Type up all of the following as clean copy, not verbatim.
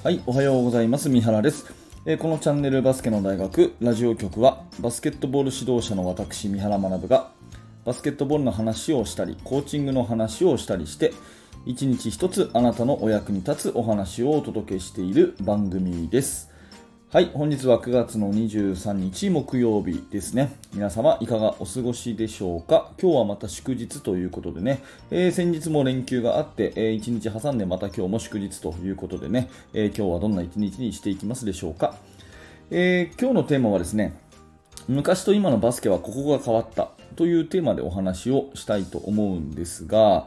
はい、おはようございます。三原です。このチャンネルバスケの大学ラジオ局はバスケットボール指導者の私三原学がバスケットボールの話をしたりコーチングの話をしたりして一日一つあなたのお役に立つお話をお届けしている番組です。はい、本日は9月の23日木曜日ですね。皆様いかがお過ごしでしょうか。今日はまた祝日ということでね、先日も連休があって、1日挟んでまた今日も祝日ということでね、今日はどんな一日にしていきますでしょうか。今日のテーマはですね、昔と今のバスケはここが変わったというテーマでお話をしたいと思うんですが、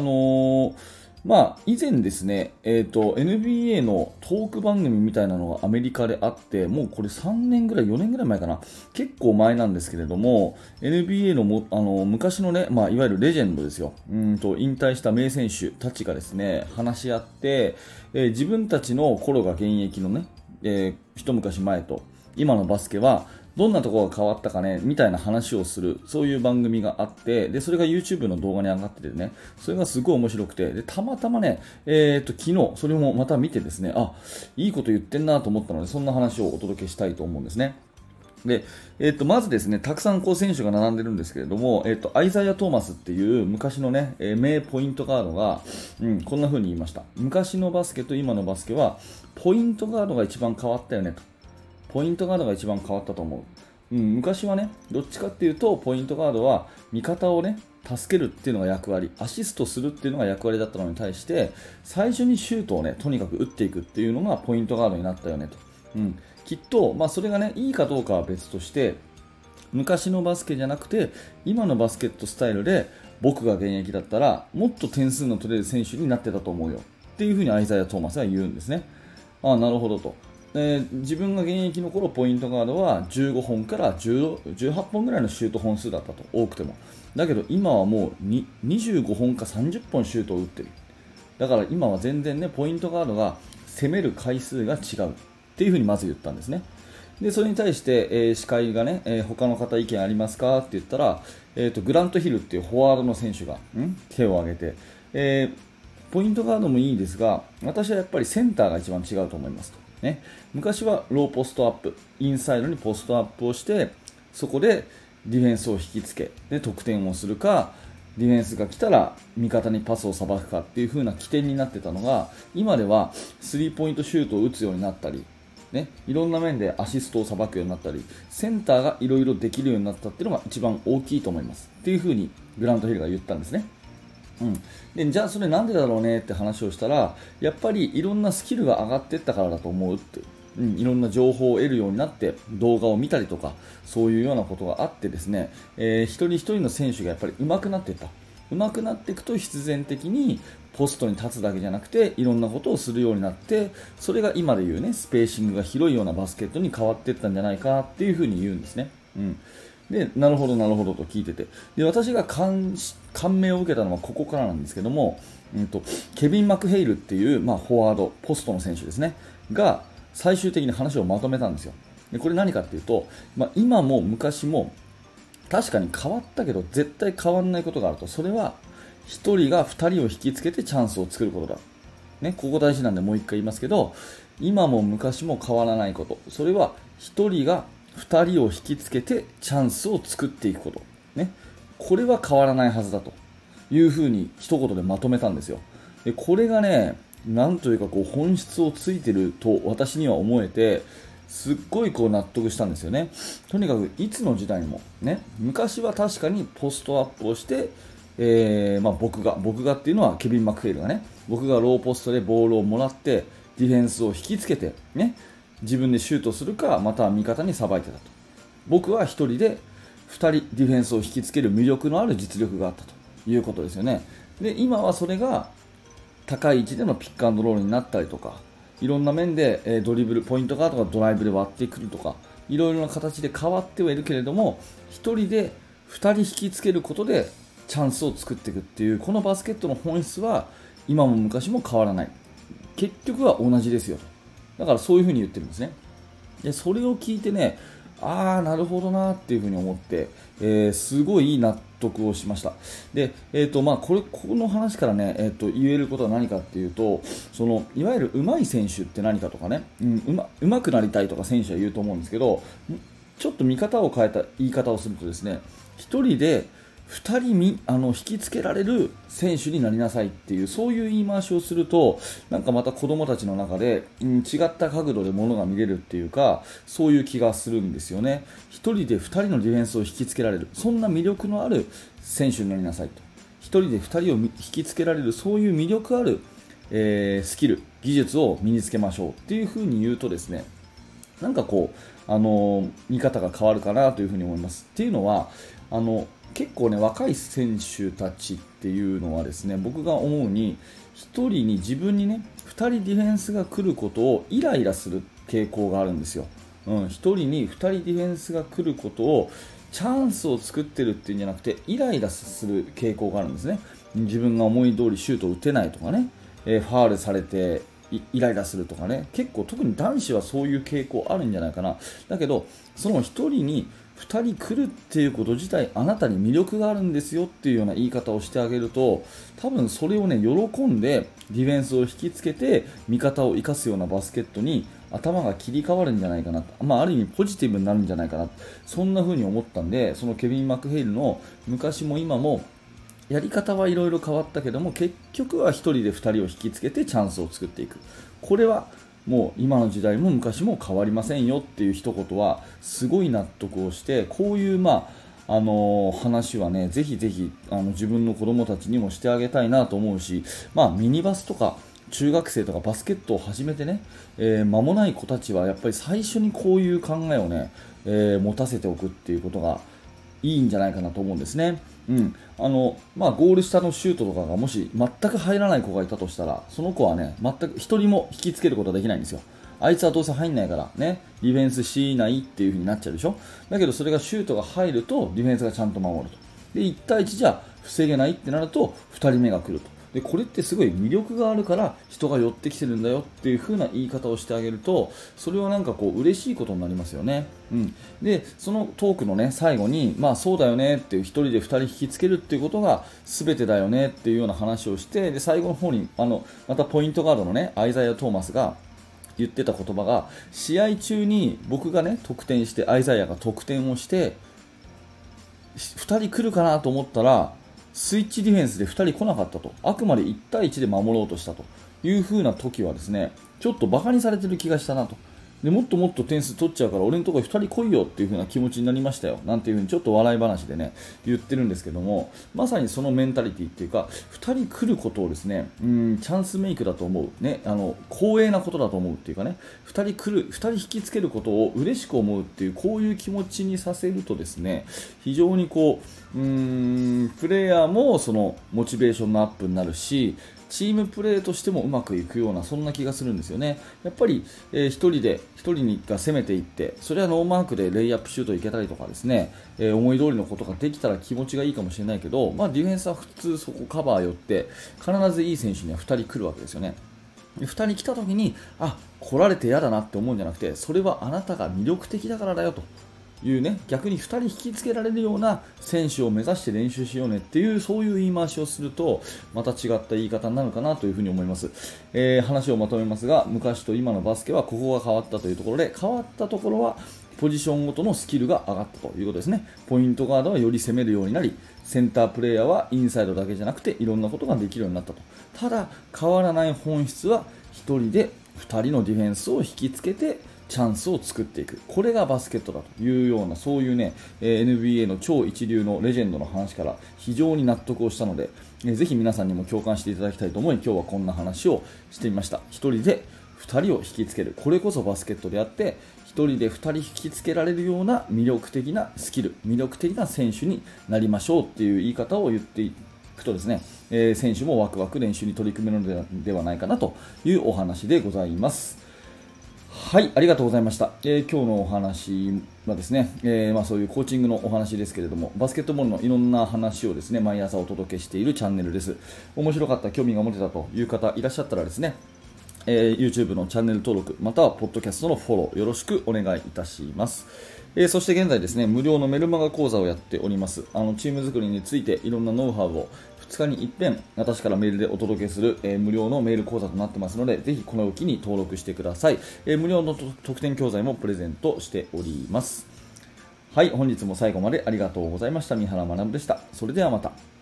以前ですね、NBA のトーク番組みたいなのがアメリカであって、もうこれ3年ぐらい、4年ぐらい前かな、結構前なんですけれども、NBA の昔のね、いわゆるレジェンドですよ、引退した名選手たちがですね、話し合って、自分たちの頃が現役のね、一昔前と今のバスケはどんなところが変わったかねみたいな話をする、そういう番組があって、でそれが YouTube の動画に上がっててね、それがすごい面白くて、でたまたまね、昨日それもまた見てですね、いいこと言ってんなと思ったので、そんな話をお届けしたいと思うんですね。で、まずですね、たくさん選手が並んでるんですけれども、アイザイア・トーマスっていう昔のね、名ポイントガードが、こんな風に言いました。昔のバスケと今のバスケは、ポイントガードが一番変わったよねと。ポイントガードが一番変わったと思う。昔はね、どっちかっていうと、ポイントガードは味方をね、助けるっていうのが役割、アシストするっていうのが役割だったのに対して、最初にシュートをね、とにかく打っていくっていうのがポイントガードになったよねと。きっと、それがね、いいかどうかは別として、昔のバスケじゃなくて、今のバスケットスタイルで、僕が現役だったら、もっと点数の取れる選手になってたと思うよっていうふうにアイザイア・トーマスは言うんですね。なるほどと。自分が現役の頃ポイントガードは15本から18本ぐらいのシュート本数だったと、多くても。だけど今はもう25本か30本シュートを打ってる。だから今は全然ね、ポイントガードが攻める回数が違うっていうふうにまず言ったんですね。でそれに対して、司会がね、他の方意見ありますかって言ったら、グラント・ヒルっていうフォワードの選手が手を挙げて、ポイントガードもいいですが、私はやっぱりセンターが一番違うと思いますと。昔はローポストアップ、インサイドにポストアップをして、そこでディフェンスを引きつけ、で得点をするか、ディフェンスが来たら味方にパスをさばくかっていう風な起点になってたのが、今ではスリーポイントシュートを打つようになったり、いろんな面でアシストをさばくようになったり、センターがいろいろできるようになったっていうのが一番大きいと思いますっていう風にグラントヒルが言ったんですね。でじゃあそれなんでだろうねって話をしたら、やっぱりいろんなスキルが上がっていったからだと思うって、いろんな情報を得るようになって動画を見たりとか、そういうようなことがあってですね、一人一人の選手がやっぱり上手くなっていった。上手くなっていくと必然的にポストに立つだけじゃなくていろんなことをするようになって、それが今でいうね、スペーシングが広いようなバスケットに変わっていったんじゃないかっていうふうに言うんですね。でなるほどなるほどと聞いてて、で私が感銘を受けたのはここからなんですけども、ケビン・マクヘイルっていう、フォワードポストの選手ですねが最終的に話をまとめたんですよ。でこれ何かっていうと、今も昔も確かに変わったけど絶対変わらないことがあると。それは1人が2人を引きつけてチャンスを作ることだ、ここ大事なんでもう一回言いますけど、今も昔も変わらないこと、それは1人が2人を引きつけてチャンスを作っていくこと、これは変わらないはずだというふうに一言でまとめたんですよ。でこれがね、なんというか本質をついていると私には思えて、すっごい納得したんですよね。とにかくいつの時代も昔は確かにポストアップをして、僕がっていうのはケビン・マクフェイルが僕がローポストでボールをもらってディフェンスを引きつけて自分でシュートするか、または味方にさばいてたと。僕は1人で2人ディフェンスを引きつける魅力のある実力があったということですよね。で今はそれが高い位置でのピックアンドロールになったりとか、いろんな面でドリブル、ポイントガードがドライブで割ってくるとか、いろいろな形で変わってはいるけれども、1人で2人引きつけることでチャンスを作っていくっていう、このバスケットの本質は今も昔も変わらない、結局は同じですよ。だからそういうふうに言ってるんですね。でそれを聞いてね、なるほどなっていうふうに思って、すごいいいな得をしました。で、この話からね、言えることは何かっていうと、いわゆる上手い選手って何かとかね、うまくなりたいとか選手は言うと思うんですけど、ちょっと見方を変えた言い方をするとですね、1人で2人引きつけられる選手になりなさいっていう、そういう言い回しをすると、なんかまた子供たちの中で、違った角度で物が見れるっていうか、そういう気がするんですよね。1人で2人のディフェンスを引きつけられる、そんな魅力のある選手になりなさいと。1人で2人を引きつけられる、そういう魅力ある、スキル、技術を身につけましょうっていう風に言うとですね、なんか見方が変わるかなというふうに思います。っていうのは、結構ね、若い選手たちっていうのはですね、僕が思うに、1人に自分にね、2人ディフェンスが来ることをイライラする傾向があるんですよ。1人に2人ディフェンスが来ることをチャンスを作ってるっていうんじゃなくて、イライラする傾向があるんですね。自分が思い通りシュートを打てないとかね、ファールされてイライラするとかね、結構特に男子はそういう傾向あるんじゃないかな。だけどその1人に2人来るっていうこと自体、あなたに魅力があるんですよっていうような言い方をしてあげると、多分それをね、喜んでディフェンスを引きつけて味方を生かすようなバスケットに頭が切り替わるんじゃないかな、ある意味ポジティブになるんじゃないかな、そんな風に思ったんで、そのケビン・マクヘイルの昔も今もやり方はいろいろ変わったけども、結局は1人で2人を引きつけてチャンスを作っていく。これはもう今の時代も昔も変わりませんよっていう一言はすごい納得をして、こういう話はね、ぜひぜひ自分の子供たちにもしてあげたいなと思うし、ミニバスとか中学生とかバスケットを始めてね、間もない子たちはやっぱり最初にこういう考えをね、持たせておくっていうことがいいんじゃないかなと思うんですね。ゴール下のシュートとかがもし全く入らない子がいたとしたら、その子はね、全く一人も引きつけることはできないんですよ。あいつはどうせ入んないからね、ディフェンスしないっていう風になっちゃうでしょ。だけどそれがシュートが入るとディフェンスがちゃんと守ると。で、1対1じゃ防げないってなると2人目が来ると。で、これってすごい魅力があるから人が寄ってきてるんだよっていう風な言い方をしてあげると、それはなんか嬉しいことになりますよね。で、そのトークのね、最後に、そうだよねっていう、1人で2人引きつけるっていうことが全てだよねっていうような話をして、で、最後の方にまたポイントガードのね、アイザイア・トーマスが言ってた言葉が、試合中に僕がね、得点して、アイザイアが得点をして2人来るかなと思ったらスイッチディフェンスで2人来なかったと、あくまで1対1で守ろうとしたという風な時はですね、ちょっとバカにされてる気がしたなと。で、もっともっと点数取っちゃうから俺のところに2人来いよっていう風な気持ちになりましたよなんていう風にちょっと笑い話でね言ってるんですけども、まさにそのメンタリティっていうか、2人来ることをですね、チャンスメイクだと思うね、光栄なことだと思うっていうかね、2人来る、2人引きつけることを嬉しく思うっていう、こういう気持ちにさせるとですね、非常にプレイヤーもそのモチベーションのアップになるし、チームプレーとしてもうまくいくような、そんな気がするんですよね。やっぱり、1人が攻めていって、それはノーマークでレイアップシュートいけたりとかですね、思い通りのことができたら気持ちがいいかもしれないけど、ディフェンスは普通そこカバー寄って必ずいい選手には2人来るわけですよね。2人来た時に、来られて嫌だなって思うんじゃなくて、それはあなたが魅力的だからだよというね、逆に2人引きつけられるような選手を目指して練習しようねっていう、そういう言い回しをするとまた違った言い方になるかなというふうに思います。話をまとめますが、昔と今のバスケはここが変わったというところで、変わったところはポジションごとのスキルが上がったということですね。ポイントガードはより攻めるようになり、センタープレーヤーはインサイドだけじゃなくていろんなことができるようになったと。ただ変わらない本質は、1人で2人のディフェンスを引きつけてチャンスを作っていく、これがバスケットだというような、そういうね、NBA の超一流のレジェンドの話から非常に納得をしたので、ぜひ皆さんにも共感していただきたいと思い、今日はこんな話をしてみました。1人で2人を引きつける、これこそバスケットであって、1人で2人引きつけられるような魅力的なスキル、魅力的な選手になりましょうっていう言い方を言っていくとですね、選手もワクワク練習に取り組めるのではないかなというお話でございます。はい、ありがとうございました。今日のお話はですね、そういうコーチングのお話ですけれども、バスケットボールのいろんな話をですね、毎朝お届けしているチャンネルです。面白かった、興味が持てたという方いらっしゃったらですね、YouTube のチャンネル登録、またはポッドキャストのフォローよろしくお願いいたします。 そして現在ですね、無料のメルマガ講座をやっております。チーム作りについていろんなノウハウを2日に一遍私からメールでお届けする、無料のメール講座となってますので、ぜひこの機に登録してください。無料の特典教材もプレゼントしております。はい、本日も最後までありがとうございました。三原学でした。それではまた。